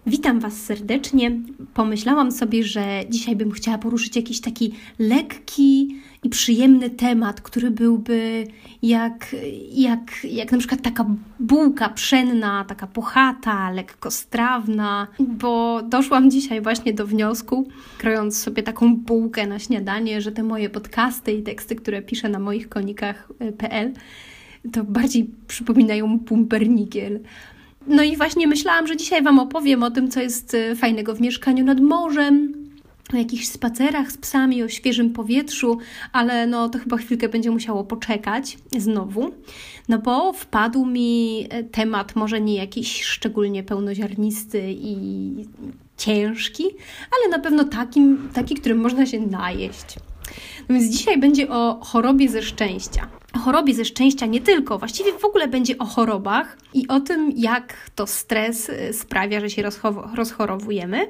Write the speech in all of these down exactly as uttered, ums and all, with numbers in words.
Witam Was serdecznie. Pomyślałam sobie, że dzisiaj bym chciała poruszyć jakiś taki lekki i przyjemny temat, który byłby jak, jak, jak na przykład taka bułka pszenna, taka puchata, lekkostrawna, bo doszłam dzisiaj właśnie do wniosku, krojąc sobie taką bułkę na śniadanie, że te moje podcasty i teksty, które piszę na moich konikach kropka pe el, to bardziej przypominają pumpernikiel. No i właśnie myślałam, że dzisiaj Wam opowiem o tym, co jest fajnego w mieszkaniu nad morzem, o jakichś spacerach z psami, o świeżym powietrzu, ale no to chyba chwilkę będzie musiało poczekać znowu, no bo wpadł mi temat może nie jakiś szczególnie pełnoziarnisty i ciężki, ale na pewno takim, taki, którym można się najeść. No więc dzisiaj będzie o chorobie ze szczęścia. O chorobie ze szczęścia nie tylko, właściwie w ogóle będzie o chorobach i o tym, jak to stres sprawia, że się rozchorowujemy.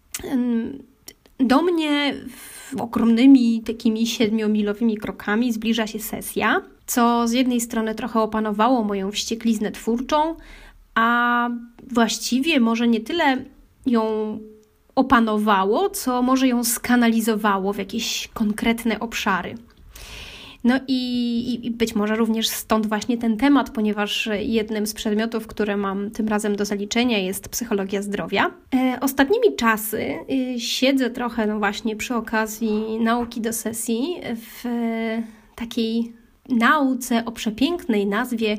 Do mnie ogromnymi takimi siedmiomilowymi krokami zbliża się sesja, co z jednej strony trochę opanowało moją wściekliznę twórczą, a właściwie może nie tyle ją opanowało, co może ją skanalizowało w jakieś konkretne obszary. No i, i być może również stąd właśnie ten temat, ponieważ jednym z przedmiotów, które mam tym razem do zaliczenia, jest psychologia zdrowia. E, ostatnimi czasy y, siedzę trochę no właśnie przy okazji nauki do sesji w e, takiej nauce o przepięknej nazwie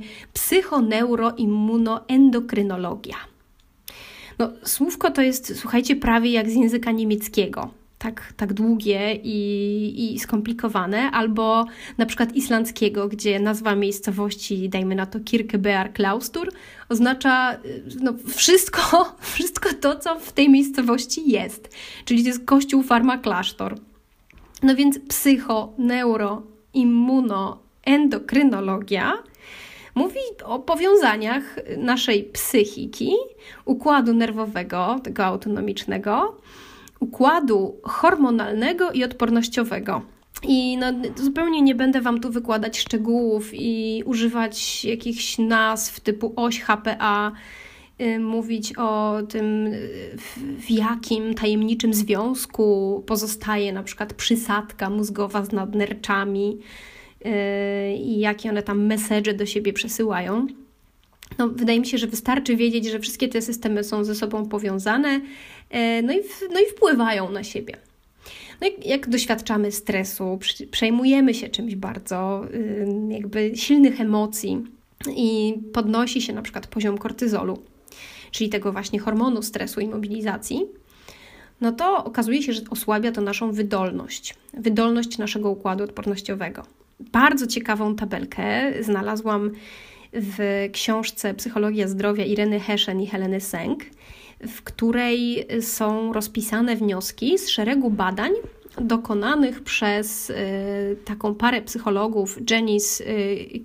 psychoneuroimmunoendokrynologia. No, słówko to jest, słuchajcie, prawie jak z języka niemieckiego. Tak, tak długie i, i skomplikowane, albo na przykład islandzkiego, gdzie nazwa miejscowości, dajmy na to Kirkebear-Klaustur, oznacza no, wszystko, wszystko to, co w tej miejscowości jest. Czyli to jest kościół, farma, klasztor. No więc psycho, neuro, immuno, endokrynologia mówi o powiązaniach naszej psychiki, układu nerwowego, tego autonomicznego, układu hormonalnego i odpornościowego. I no, zupełnie nie będę Wam tu wykładać szczegółów i używać jakichś nazw typu oś ha pe a, y, mówić o tym, w, w jakim tajemniczym związku pozostaje na przykład przysadka mózgowa z nadnerczami y, i jakie one tam message do siebie przesyłają. No, wydaje mi się, że wystarczy wiedzieć, że wszystkie te systemy są ze sobą powiązane, no i, no i wpływają na siebie. No i jak doświadczamy stresu, przejmujemy się czymś bardzo, jakby silnych emocji i podnosi się na przykład poziom kortyzolu, czyli tego właśnie hormonu stresu i mobilizacji, no to okazuje się, że osłabia to naszą wydolność, wydolność naszego układu odpornościowego. Bardzo ciekawą tabelkę znalazłam w książce Psychologia zdrowia Ireny Heszen i Heleny Seng, w której są rozpisane wnioski z szeregu badań dokonanych przez y, taką parę psychologów, Janice y,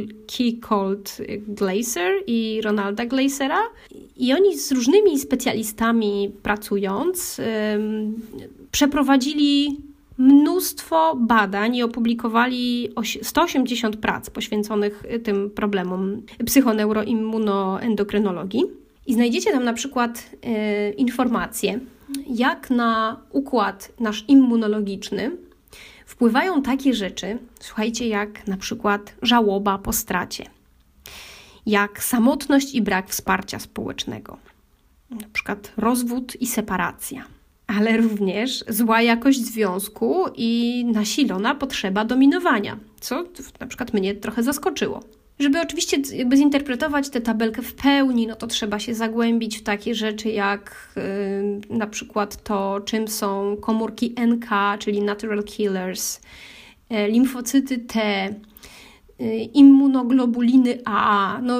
Keycolt-Glaser i Ronalda Glacera. I oni z różnymi specjalistami pracując y, przeprowadzili mnóstwo badań i opublikowali sto osiemdziesiąt prac poświęconych tym problemom psychoneuroimmunoendokrynologii. I znajdziecie tam na przykład y, informacje, jak na układ nasz immunologiczny wpływają takie rzeczy, słuchajcie, jak na przykład żałoba po stracie, jak samotność i brak wsparcia społecznego, na przykład rozwód i separacja, ale również zła jakość związku i nasilona potrzeba dominowania, co na przykład mnie trochę zaskoczyło. Żeby oczywiście jakby zinterpretować tę tabelkę w pełni, no to trzeba się zagłębić w takie rzeczy jak yy, na przykład to, czym są komórki en ka, czyli natural killers, yy, limfocyty T, yy, immunoglobuliny A, no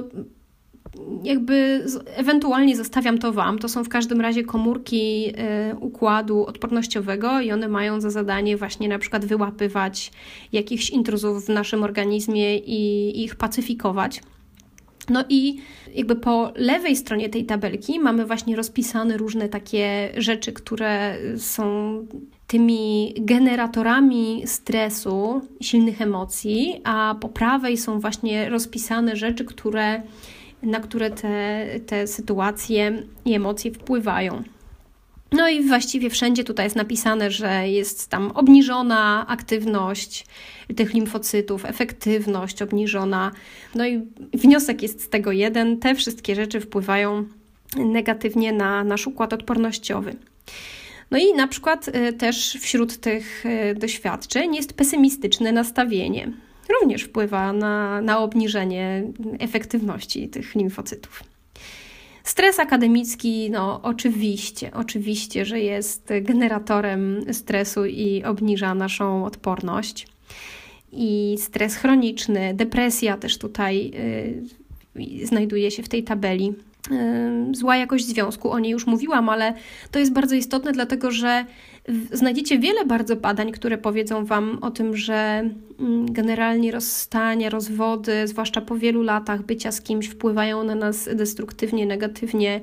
jakby z, ewentualnie zostawiam to Wam. To są w każdym razie komórki y, układu odpornościowego i one mają za zadanie właśnie na przykład wyłapywać jakichś intruzów w naszym organizmie i ich pacyfikować. No i jakby po lewej stronie tej tabelki mamy właśnie rozpisane różne takie rzeczy, które są tymi generatorami stresu, silnych emocji, a po prawej są właśnie rozpisane rzeczy, które na które te, te sytuacje i emocje wpływają. No i właściwie wszędzie tutaj jest napisane, że jest tam obniżona aktywność tych limfocytów, efektywność obniżona. No i wniosek jest z tego jeden, te wszystkie rzeczy wpływają negatywnie na nasz układ odpornościowy. No i na przykład też wśród tych doświadczeń jest pesymistyczne nastawienie. Również wpływa na, na obniżenie efektywności tych limfocytów. Stres akademicki, no oczywiście, oczywiście, że jest generatorem stresu i obniża naszą odporność. I stres chroniczny, depresja też tutaj yy, znajduje się w tej tabeli. Yy, zła jakość związku, o niej już mówiłam, ale to jest bardzo istotne, dlatego że znajdziecie wiele bardzo badań, które powiedzą Wam o tym, że generalnie rozstania, rozwody, zwłaszcza po wielu latach bycia z kimś, wpływają na nas destruktywnie, negatywnie.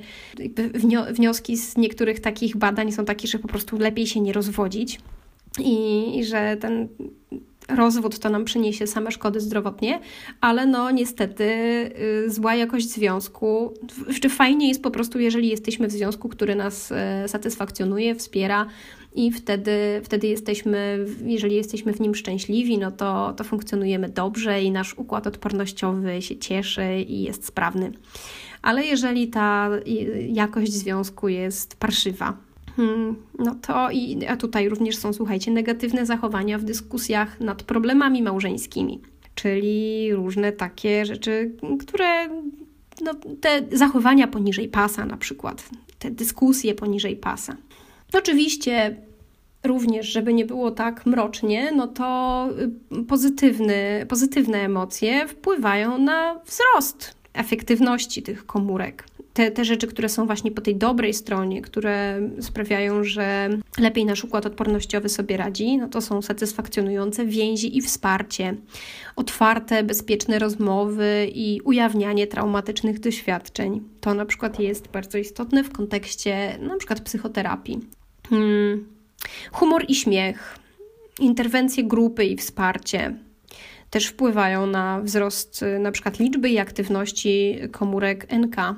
Wnioski z niektórych takich badań są takie, że po prostu lepiej się nie rozwodzić i, i że ten rozwód to nam przyniesie same szkody zdrowotnie, ale no niestety y, zła jakość związku, czy fajnie jest po prostu, jeżeli jesteśmy w związku, który nas y, satysfakcjonuje, wspiera i wtedy, wtedy jesteśmy, jeżeli jesteśmy w nim szczęśliwi, no to, to funkcjonujemy dobrze i nasz układ odpornościowy się cieszy i jest sprawny. Ale jeżeli ta jakość związku jest parszywa, Hmm, no to i a tutaj również są, słuchajcie, negatywne zachowania w dyskusjach nad problemami małżeńskimi, czyli różne takie rzeczy, które, no te zachowania poniżej pasa na przykład, te dyskusje poniżej pasa. Oczywiście również, żeby nie było tak mrocznie, no to pozytywny, pozytywne emocje wpływają na wzrost efektywności tych komórek. Te, te rzeczy, które są właśnie po tej dobrej stronie, które sprawiają, że lepiej nasz układ odpornościowy sobie radzi, no to są satysfakcjonujące więzi i wsparcie, otwarte, bezpieczne rozmowy i ujawnianie traumatycznych doświadczeń. To na przykład jest bardzo istotne w kontekście na przykład psychoterapii. Hmm. Humor i śmiech, interwencje grupy i wsparcie też wpływają na wzrost na przykład liczby i aktywności komórek N K.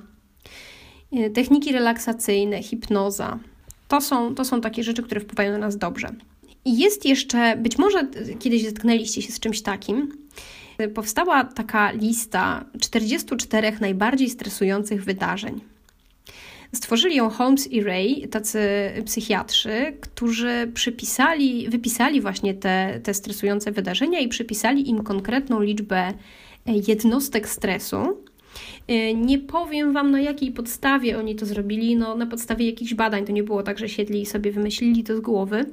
Techniki relaksacyjne, hipnoza, to są, to są takie rzeczy, które wpływają na nas dobrze. I jest jeszcze, być może kiedyś zetknęliście się z czymś takim, powstała taka lista czterdziestu czterech najbardziej stresujących wydarzeń. Stworzyli ją Holmes i Ray, tacy psychiatrzy, którzy przypisali, wypisali właśnie te, te stresujące wydarzenia i przypisali im konkretną liczbę jednostek stresu. Nie powiem Wam, na jakiej podstawie oni to zrobili, no na podstawie jakichś badań, to nie było tak, że siedli i sobie wymyślili to z głowy,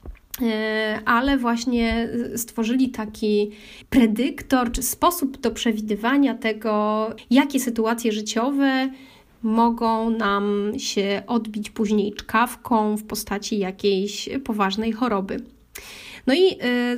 ale właśnie stworzyli taki predyktor, czy sposób do przewidywania tego, jakie sytuacje życiowe mogą nam się odbić później czkawką w postaci jakiejś poważnej choroby. No i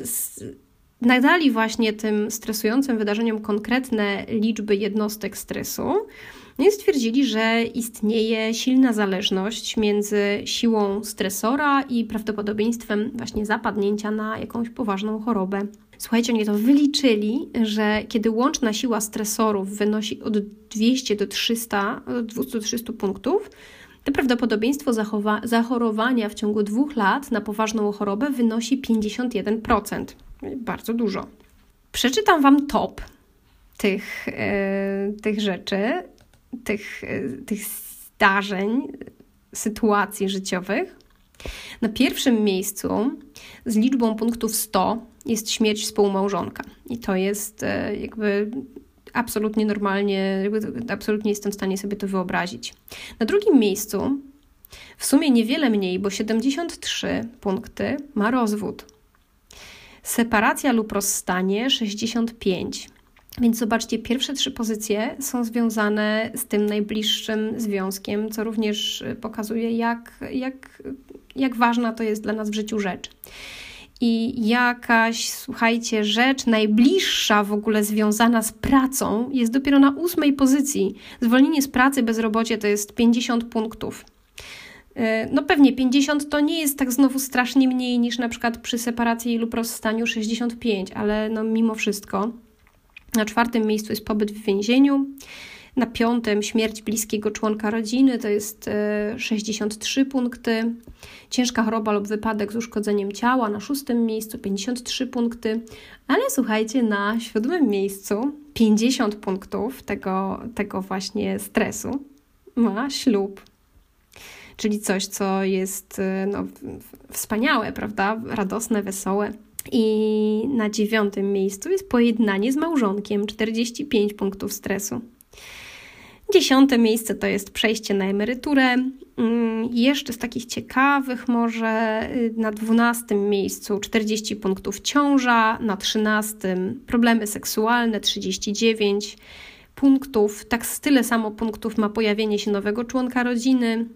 nadali właśnie tym stresującym wydarzeniom konkretne liczby jednostek stresu, no i stwierdzili, że istnieje silna zależność między siłą stresora i prawdopodobieństwem właśnie zapadnięcia na jakąś poważną chorobę. Słuchajcie, oni to wyliczyli, że kiedy łączna siła stresorów wynosi od dwieście do trzystu, od dwieście do trzystu punktów, to prawdopodobieństwo zachowa- zachorowania w ciągu dwóch lat na poważną chorobę wynosi pięćdziesiąt jeden procent. Bardzo dużo. Przeczytam Wam top tych, yy, tych rzeczy, tych, yy, tych zdarzeń, sytuacji życiowych. Na pierwszym miejscu z liczbą punktów sto jest śmierć współmałżonka. I to jest yy, jakby absolutnie normalnie, jakby absolutnie jestem w stanie sobie to wyobrazić. Na drugim miejscu w sumie niewiele mniej, bo siedemdziesiąt trzy punkty ma rozwód. Separacja lub rozstanie sześćdziesiąt pięć. Więc zobaczcie, pierwsze trzy pozycje są związane z tym najbliższym związkiem, co również pokazuje, jak, jak, jak ważna to jest dla nas w życiu rzecz. I jakaś, słuchajcie, rzecz najbliższa w ogóle związana z pracą jest dopiero na ósmej pozycji. Zwolnienie z pracy, bezrobocie to jest pięćdziesiąt punktów. No pewnie pięćdziesiąt to nie jest tak znowu strasznie mniej niż na przykład przy separacji lub rozstaniu sześćdziesiąt pięć, ale no mimo wszystko. Na czwartym miejscu jest pobyt w więzieniu. Na piątym śmierć bliskiego członka rodziny, to jest sześćdziesiąt trzy punkty. Ciężka choroba lub wypadek z uszkodzeniem ciała na szóstym miejscu, pięćdziesiąt trzy punkty. Ale słuchajcie, na siódmym miejscu pięćdziesiąt punktów tego, tego właśnie stresu ma ślub. Czyli coś, co jest no, wspaniałe, prawda? Radosne, wesołe. I na dziewiątym miejscu jest pojednanie z małżonkiem, czterdzieści pięć punktów stresu. Dziesiąte miejsce to jest przejście na emeryturę. Jeszcze z takich ciekawych może na dwunastym miejscu czterdzieści punktów ciąża, na trzynastym problemy seksualne, trzydzieści dziewięć punktów. Tak tyle samo punktów ma pojawienie się nowego członka rodziny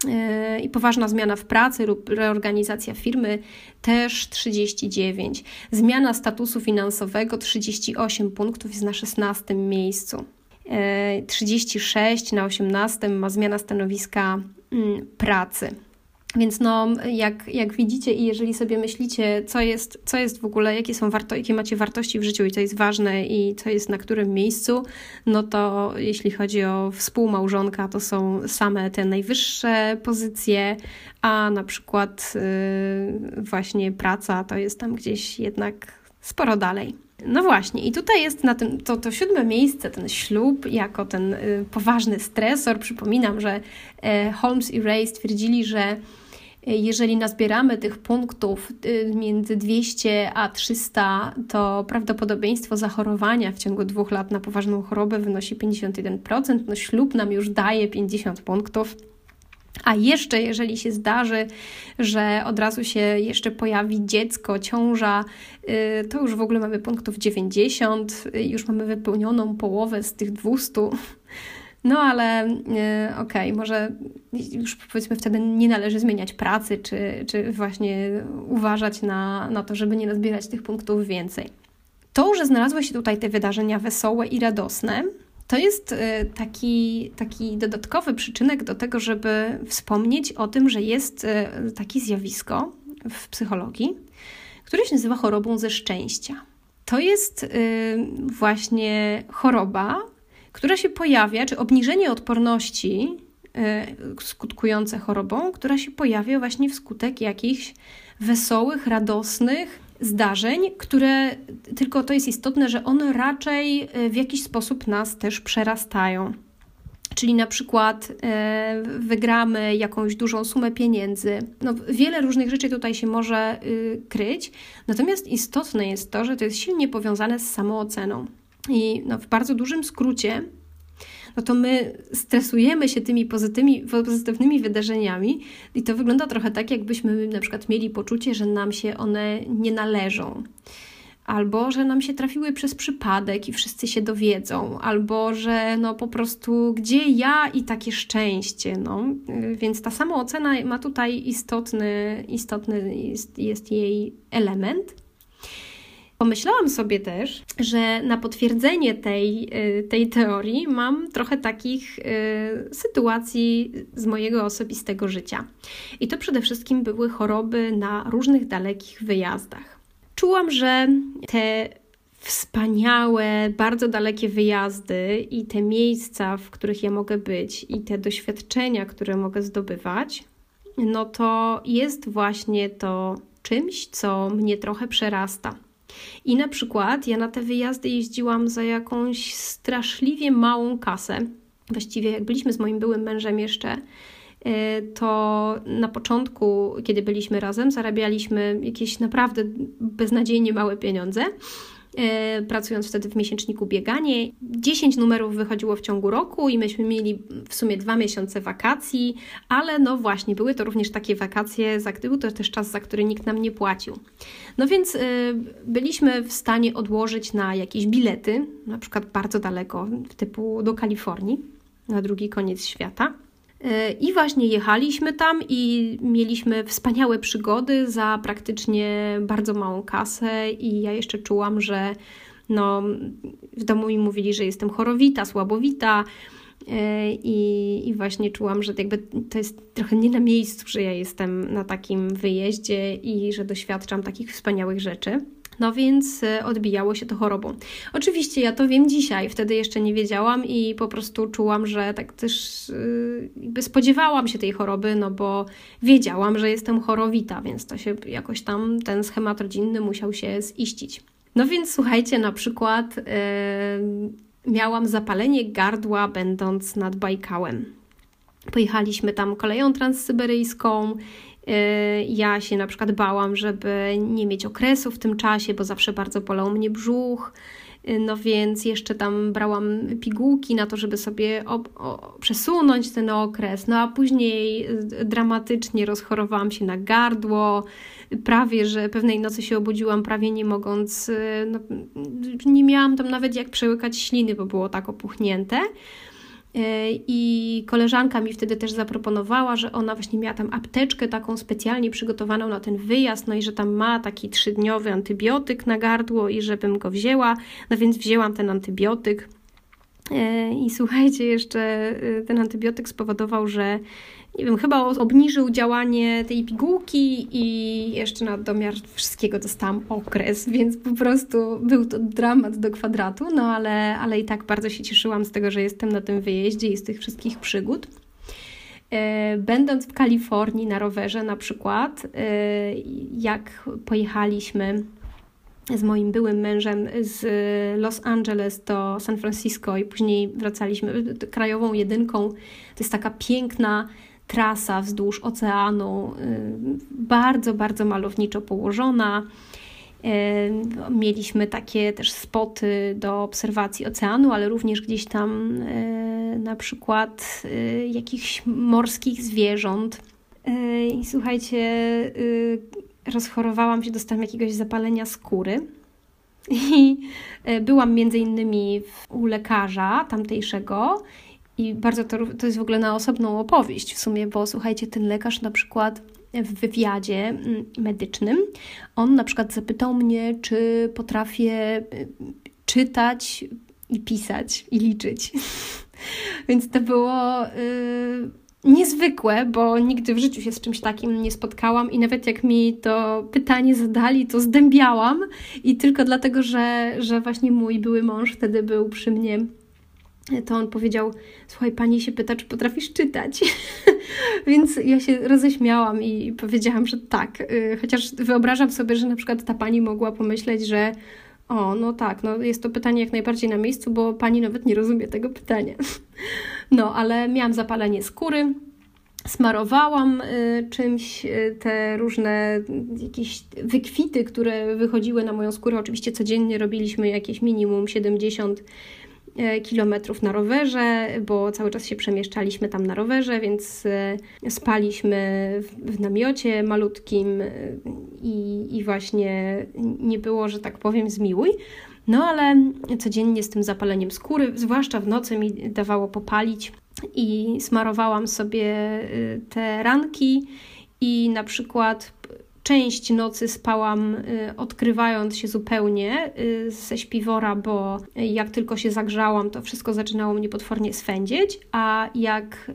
i poważna zmiana w pracy lub reorganizacja firmy, też trzydzieści dziewięć. Zmiana statusu finansowego, trzydzieści osiem punktów, jest na szesnastym miejscu. trzydzieści sześć na osiemnastym ma zmiana stanowiska pracy. Więc no, jak, jak widzicie i jeżeli sobie myślicie, co jest, co jest w ogóle, jakie są warto, jakie macie wartości w życiu i co jest ważne i co jest na którym miejscu, no to jeśli chodzi o współmałżonka, to są same te najwyższe pozycje, a na przykład yy, właśnie praca to jest tam gdzieś jednak sporo dalej. No właśnie, i tutaj jest na tym, to, to siódme miejsce, ten ślub, jako ten y, poważny stresor. Przypominam, że y, Holmes i Ray stwierdzili, że y, jeżeli nazbieramy tych punktów y, między dwieście a trzysta, to prawdopodobieństwo zachorowania w ciągu dwóch lat na poważną chorobę wynosi pięćdziesiąt jeden procent. No ślub nam już daje pięćdziesiąt punktów. A jeszcze jeżeli się zdarzy, że od razu się jeszcze pojawi dziecko, ciąża, to już w ogóle mamy punktów dziewięćdziesiąt, już mamy wypełnioną połowę z tych dwieście. No ale okej, okay, może już powiedzmy wtedy nie należy zmieniać pracy, czy, czy właśnie uważać na, na to, żeby nie nazbierać tych punktów więcej. To, że znalazły się tutaj te wydarzenia wesołe i radosne, to jest taki, taki dodatkowy przyczynek do tego, żeby wspomnieć o tym, że jest takie zjawisko w psychologii, które się nazywa chorobą ze szczęścia. To jest właśnie choroba, która się pojawia, czy obniżenie odporności skutkujące chorobą, która się pojawia właśnie wskutek jakichś wesołych, radosnych zdarzeń, które, tylko to jest istotne, że one raczej w jakiś sposób nas też przerastają. Czyli na przykład e, wygramy jakąś dużą sumę pieniędzy. No, wiele różnych rzeczy tutaj się może y, kryć, natomiast istotne jest to, że to jest silnie powiązane z samooceną. I no, w bardzo dużym skrócie no to my stresujemy się tymi pozytywnymi, pozytywnymi wydarzeniami i to wygląda trochę tak, jakbyśmy na przykład mieli poczucie, że nam się one nie należą. Albo, że nam się trafiły przez przypadek i wszyscy się dowiedzą. Albo, że no po prostu gdzie ja i takie szczęście. No. Więc ta samoocena ma tutaj istotny, istotny jest, jest jej element. Pomyślałam sobie też, że na potwierdzenie tej, tej teorii mam trochę takich y, sytuacji z mojego osobistego życia. I to przede wszystkim były choroby na różnych dalekich wyjazdach. Czułam, że te wspaniałe, bardzo dalekie wyjazdy i te miejsca, w których ja mogę być i te doświadczenia, które mogę zdobywać, no to jest właśnie to czymś, co mnie trochę przerasta. I na przykład ja na te wyjazdy jeździłam za jakąś straszliwie małą kasę. Właściwie jak byliśmy z moim byłym mężem jeszcze, to na początku, kiedy byliśmy razem, zarabialiśmy jakieś naprawdę beznadziejnie małe pieniądze, pracując wtedy w miesięczniku Bieganie. dziesięć numerów wychodziło w ciągu roku i myśmy mieli w sumie dwa miesiące wakacji, ale no właśnie, były to również takie wakacje, za, był to też czas, za który nikt nam nie płacił. No więc y, byliśmy w stanie odłożyć na jakieś bilety, na przykład bardzo daleko, typu do Kalifornii, na drugi koniec świata. I właśnie jechaliśmy tam i mieliśmy wspaniałe przygody za praktycznie bardzo małą kasę i ja jeszcze czułam, że no, w domu mi mówili, że jestem chorowita, słabowita i, i właśnie czułam, że jakby to jest trochę nie na miejscu, że ja jestem na takim wyjeździe i że doświadczam takich wspaniałych rzeczy. No więc odbijało się to chorobą. Oczywiście ja to wiem dzisiaj, wtedy jeszcze nie wiedziałam i po prostu czułam, że tak też jakby spodziewałam się tej choroby, no bo wiedziałam, że jestem chorowita, więc to się jakoś tam, ten schemat rodzinny musiał się ziścić. No więc słuchajcie, na przykład yy, miałam zapalenie gardła będąc nad Bajkałem. Pojechaliśmy tam koleją transsyberyjską. Ja się na przykład bałam, żeby nie mieć okresu w tym czasie, bo zawsze bardzo bolał mnie brzuch. No więc jeszcze tam brałam pigułki na to, żeby sobie ob- o, przesunąć ten okres. No a później dramatycznie rozchorowałam się na gardło. Prawie, że pewnej nocy się obudziłam, prawie nie mogąc, no, nie miałam tam nawet jak przełykać śliny, bo było tak opuchnięte. I koleżanka mi wtedy też zaproponowała, że ona właśnie miała tam apteczkę taką specjalnie przygotowaną na ten wyjazd, no i że tam ma taki trzydniowy antybiotyk na gardło i żebym go wzięła, no więc wzięłam ten antybiotyk i słuchajcie, jeszcze ten antybiotyk spowodował, że nie wiem, chyba obniżył działanie tej pigułki i jeszcze na domiar wszystkiego dostałam okres, więc po prostu był to dramat do kwadratu, no ale, ale i tak bardzo się cieszyłam z tego, że jestem na tym wyjeździe i z tych wszystkich przygód. Będąc w Kalifornii na rowerze na przykład, jak pojechaliśmy z moim byłym mężem z Los Angeles do San Francisco i później wracaliśmy krajową jedynką, to jest taka piękna trasa wzdłuż oceanu, bardzo, bardzo malowniczo położona. Mieliśmy takie też spoty do obserwacji oceanu, ale również gdzieś tam na przykład jakichś morskich zwierząt. I słuchajcie, rozchorowałam się, dostałam jakiegoś zapalenia skóry i byłam między innymi u lekarza tamtejszego. I bardzo to, to jest w ogóle na osobną opowieść w sumie, bo słuchajcie, ten lekarz na przykład w wywiadzie medycznym, on na przykład zapytał mnie, czy potrafię czytać i pisać i liczyć. Więc to było yy, niezwykłe, bo nigdy w życiu się z czymś takim nie spotkałam i nawet jak mi to pytanie zadali, to zdębiałam i tylko dlatego, że, że właśnie mój były mąż wtedy był przy mnie, to on powiedział, słuchaj, pani się pyta, czy potrafisz czytać? Więc ja się roześmiałam i powiedziałam, że tak. Chociaż wyobrażam sobie, że na przykład ta pani mogła pomyśleć, że o, no tak, no jest to pytanie jak najbardziej na miejscu, bo pani nawet nie rozumie tego pytania. No, ale miałam zapalenie skóry, smarowałam y, czymś y, te różne y, jakieś wykwity, które wychodziły na moją skórę. Oczywiście codziennie robiliśmy jakieś minimum siedemdziesiąt kilometrów na rowerze, bo cały czas się przemieszczaliśmy tam na rowerze, więc spaliśmy w, w namiocie malutkim i, i właśnie nie było, że tak powiem, zmiłuj. No ale codziennie z tym zapaleniem skóry, zwłaszcza w nocy mi dawało popalić i smarowałam sobie te ranki i na przykład część nocy spałam odkrywając się zupełnie ze śpiwora, bo jak tylko się zagrzałam, to wszystko zaczynało mnie potwornie swędzieć, a jak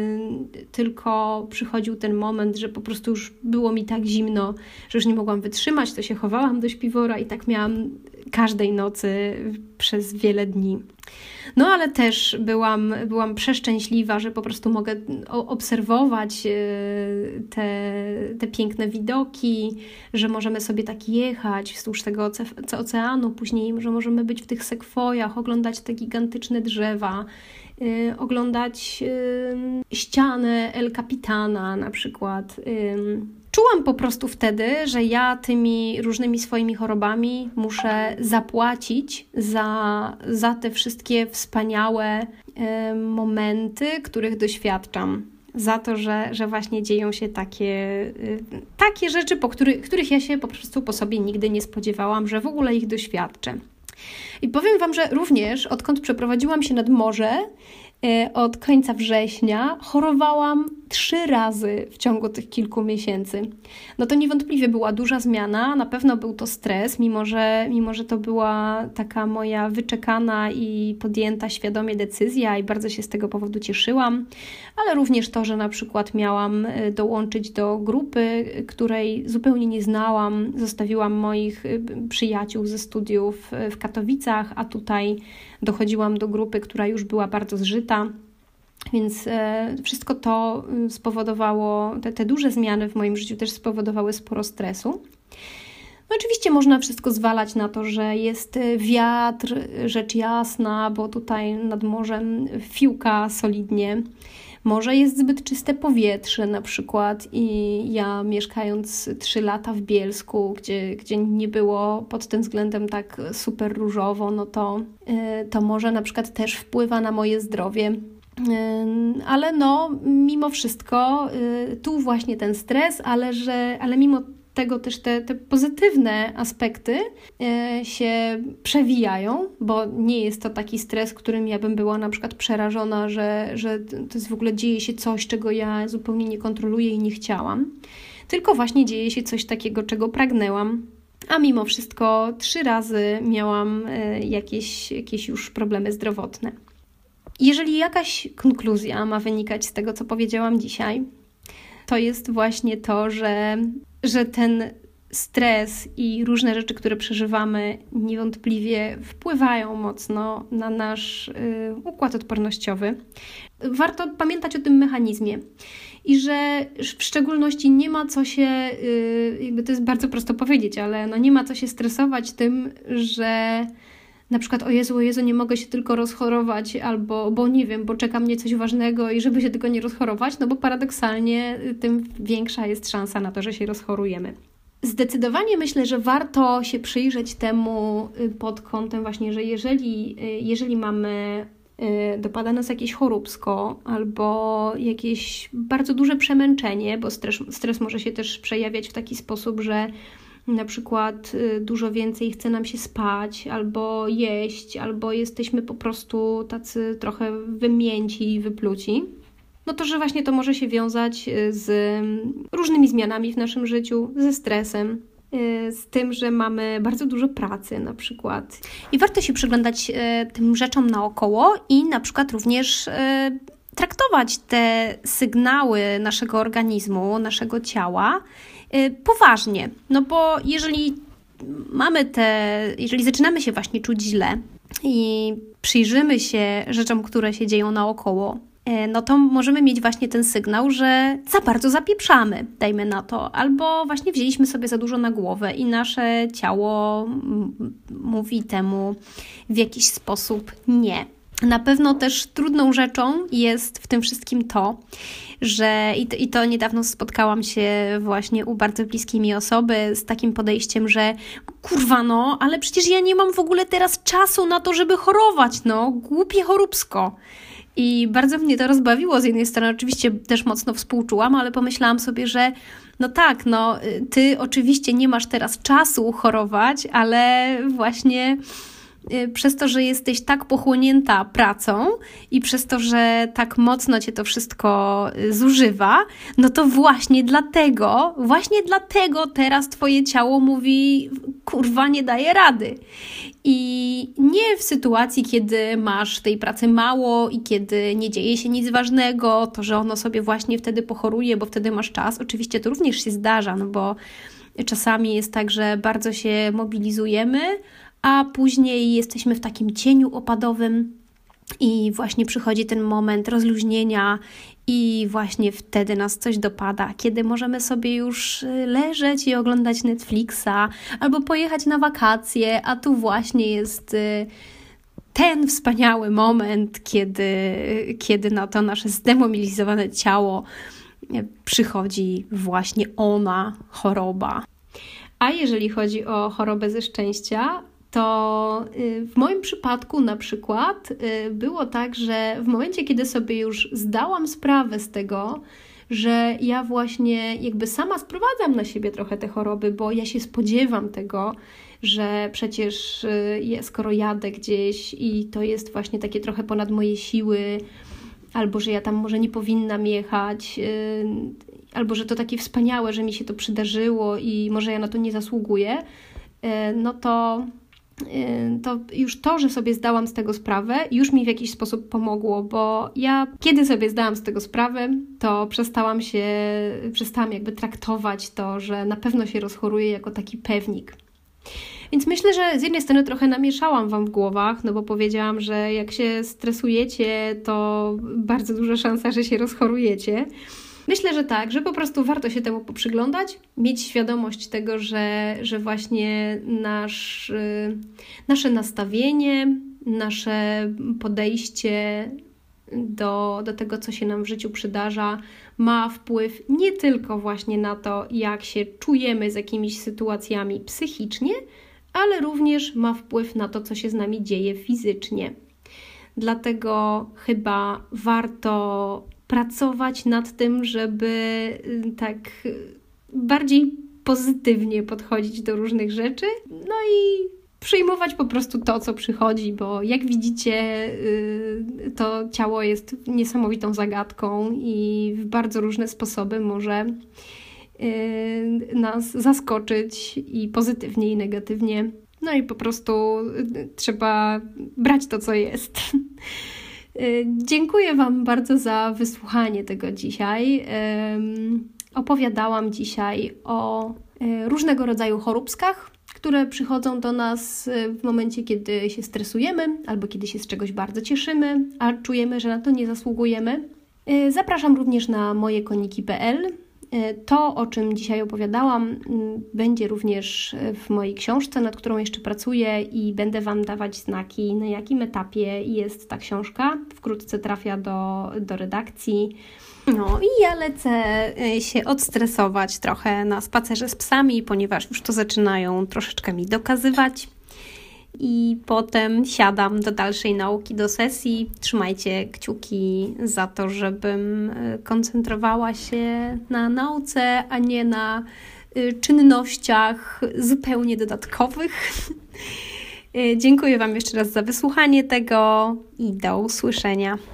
tylko przychodził ten moment, że po prostu już było mi tak zimno, że już nie mogłam wytrzymać, to się chowałam do śpiwora i tak miałam każdej nocy przez wiele dni. No ale też byłam, byłam przeszczęśliwa, że po prostu mogę obserwować te, te piękne widoki, że możemy sobie tak jechać wzdłuż tego oceanu, później że możemy być w tych sekwojach, oglądać te gigantyczne drzewa, yy, oglądać yy, ścianę El Capitana na przykład. Yy. Czułam po prostu wtedy, że ja tymi różnymi swoimi chorobami muszę zapłacić za, za te wszystkie wspaniałe y, momenty, których doświadczam. Za to, że, że właśnie dzieją się takie, y, takie rzeczy, po których, których ja się po prostu po sobie nigdy nie spodziewałam, że w ogóle ich doświadczę. I powiem Wam, że również odkąd przeprowadziłam się nad morze, y, od końca września chorowałam trzy razy w ciągu tych kilku miesięcy. No to niewątpliwie była duża zmiana, na pewno był to stres, mimo że, mimo że to była taka moja wyczekana i podjęta świadomie decyzja i bardzo się z tego powodu cieszyłam, ale również to, że na przykład miałam dołączyć do grupy, której zupełnie nie znałam, zostawiłam moich przyjaciół ze studiów w Katowicach, a tutaj dochodziłam do grupy, która już była bardzo zżyta. Więc e, wszystko to spowodowało, te, te duże zmiany w moim życiu też spowodowały sporo stresu. No oczywiście można wszystko zwalać na to, że jest wiatr, rzecz jasna, bo tutaj nad morzem fiłka solidnie. Może jest zbyt czyste powietrze na przykład i ja mieszkając trzy lata w Bielsku, gdzie, gdzie nie było pod tym względem tak super różowo, no to, e, to może na przykład też wpływa na moje zdrowie. Ale no, mimo wszystko tu właśnie ten stres, ale, że, ale mimo tego też te, te pozytywne aspekty się przewijają, bo nie jest to taki stres, którym ja bym była na przykład przerażona, że, że to jest w ogóle dzieje się coś, czego ja zupełnie nie kontroluję i nie chciałam, tylko właśnie dzieje się coś takiego, czego pragnęłam. A mimo wszystko trzy razy miałam jakieś, jakieś już problemy zdrowotne. Jeżeli jakaś konkluzja ma wynikać z tego, co powiedziałam dzisiaj, to jest właśnie to, że, że ten stres i różne rzeczy, które przeżywamy, niewątpliwie wpływają mocno na nasz y, układ odpornościowy. Warto pamiętać o tym mechanizmie i że w szczególności nie ma co się, y, jakby to jest bardzo prosto powiedzieć, ale no nie ma co się stresować tym, że na przykład o Jezu, o Jezu, nie mogę się tylko rozchorować, albo bo nie wiem, bo czeka mnie coś ważnego i żeby się tylko nie rozchorować, no bo paradoksalnie tym większa jest szansa na to, że się rozchorujemy. Zdecydowanie myślę, że warto się przyjrzeć temu pod kątem właśnie, że jeżeli, jeżeli mamy, dopada nas jakieś choróbsko albo jakieś bardzo duże przemęczenie, bo stres, stres może się też przejawiać w taki sposób, że na przykład dużo więcej chce nam się spać, albo jeść, albo jesteśmy po prostu tacy trochę wymięci i wypluci, no to, że właśnie to może się wiązać z różnymi zmianami w naszym życiu, ze stresem, z tym, że mamy bardzo dużo pracy na przykład. I warto się przyglądać tym rzeczom naokoło i na przykład również traktować te sygnały naszego organizmu, naszego ciała poważnie, no bo jeżeli mamy te, jeżeli zaczynamy się właśnie czuć źle i przyjrzymy się rzeczom, które się dzieją naokoło, no to możemy mieć właśnie ten sygnał, że za bardzo zapieprzamy, dajmy na to, albo właśnie wzięliśmy sobie za dużo na głowę i nasze ciało mówi temu w jakiś sposób nie. Na pewno też trudną rzeczą jest w tym wszystkim to, że i to, i to niedawno spotkałam się właśnie u bardzo bliskiej mi osoby z takim podejściem, że kurwa no, ale przecież ja nie mam w ogóle teraz czasu na to, żeby chorować, no, głupie choróbsko. I bardzo mnie to rozbawiło. Z jednej strony oczywiście też mocno współczułam, ale pomyślałam sobie, że no tak, no ty oczywiście nie masz teraz czasu chorować, ale właśnie przez to, że jesteś tak pochłonięta pracą i przez to, że tak mocno cię to wszystko zużywa, no to właśnie dlatego, właśnie dlatego teraz twoje ciało mówi, kurwa, nie daje rady. I nie w sytuacji, kiedy masz tej pracy mało i kiedy nie dzieje się nic ważnego, to, że ono sobie właśnie wtedy pochoruje, bo wtedy masz czas. Oczywiście to również się zdarza, no bo czasami jest tak, że bardzo się mobilizujemy, a później jesteśmy w takim cieniu opadowym i właśnie przychodzi ten moment rozluźnienia i właśnie wtedy nas coś dopada, kiedy możemy sobie już leżeć i oglądać Netflixa albo pojechać na wakacje, a tu właśnie jest ten wspaniały moment, kiedy, kiedy na to nasze zdemobilizowane ciało przychodzi właśnie ona, choroba. A jeżeli chodzi o chorobę ze szczęścia, to w moim przypadku na przykład było tak, że w momencie, kiedy sobie już zdałam sprawę z tego, że ja właśnie jakby sama sprowadzam na siebie trochę te choroby, bo ja się spodziewam tego, że przecież skoro jadę gdzieś i to jest właśnie takie trochę ponad moje siły albo że ja tam może nie powinnam jechać, albo że to takie wspaniałe, że mi się to przydarzyło i może ja na to nie zasługuję, no to, to już to, że sobie zdałam z tego sprawę, już mi w jakiś sposób pomogło, bo ja kiedy sobie zdałam z tego sprawę, to przestałam się, przestałam jakby traktować to, że na pewno się rozchoruję jako taki pewnik. Więc myślę, że z jednej strony trochę namieszałam Wam w głowach, no bo powiedziałam, że jak się stresujecie, to bardzo duża szansa, że się rozchorujecie. Myślę, że tak, że po prostu warto się temu poprzyglądać, mieć świadomość tego, że, że właśnie nasz, nasze nastawienie, nasze podejście do, do tego, co się nam w życiu przydarza, ma wpływ nie tylko właśnie na to, jak się czujemy z jakimiś sytuacjami psychicznie, ale również ma wpływ na to, co się z nami dzieje fizycznie. Dlatego chyba warto pracować nad tym, żeby tak bardziej pozytywnie podchodzić do różnych rzeczy, no i przyjmować po prostu to, co przychodzi, bo jak widzicie, to ciało jest niesamowitą zagadką i w bardzo różne sposoby może nas zaskoczyć i pozytywnie, i negatywnie. No i po prostu trzeba brać to, co jest. Dziękuję Wam bardzo za wysłuchanie tego dzisiaj. Opowiadałam dzisiaj o różnego rodzaju choróbskach, które przychodzą do nas w momencie, kiedy się stresujemy albo kiedy się z czegoś bardzo cieszymy, a czujemy, że na to nie zasługujemy. Zapraszam również na moje koniki kropka p l. To, o czym dzisiaj opowiadałam, będzie również w mojej książce, nad którą jeszcze pracuję i będę Wam dawać znaki, na jakim etapie jest ta książka. Wkrótce trafia do, do redakcji. No i ja lecę się odstresować trochę na spacerze z psami, ponieważ już to zaczynają troszeczkę mi dokazywać. I potem siadam do dalszej nauki, do sesji. Trzymajcie kciuki za to, żebym koncentrowała się na nauce, a nie na czynnościach zupełnie dodatkowych. Dziękuję Wam jeszcze raz za wysłuchanie tego i do usłyszenia.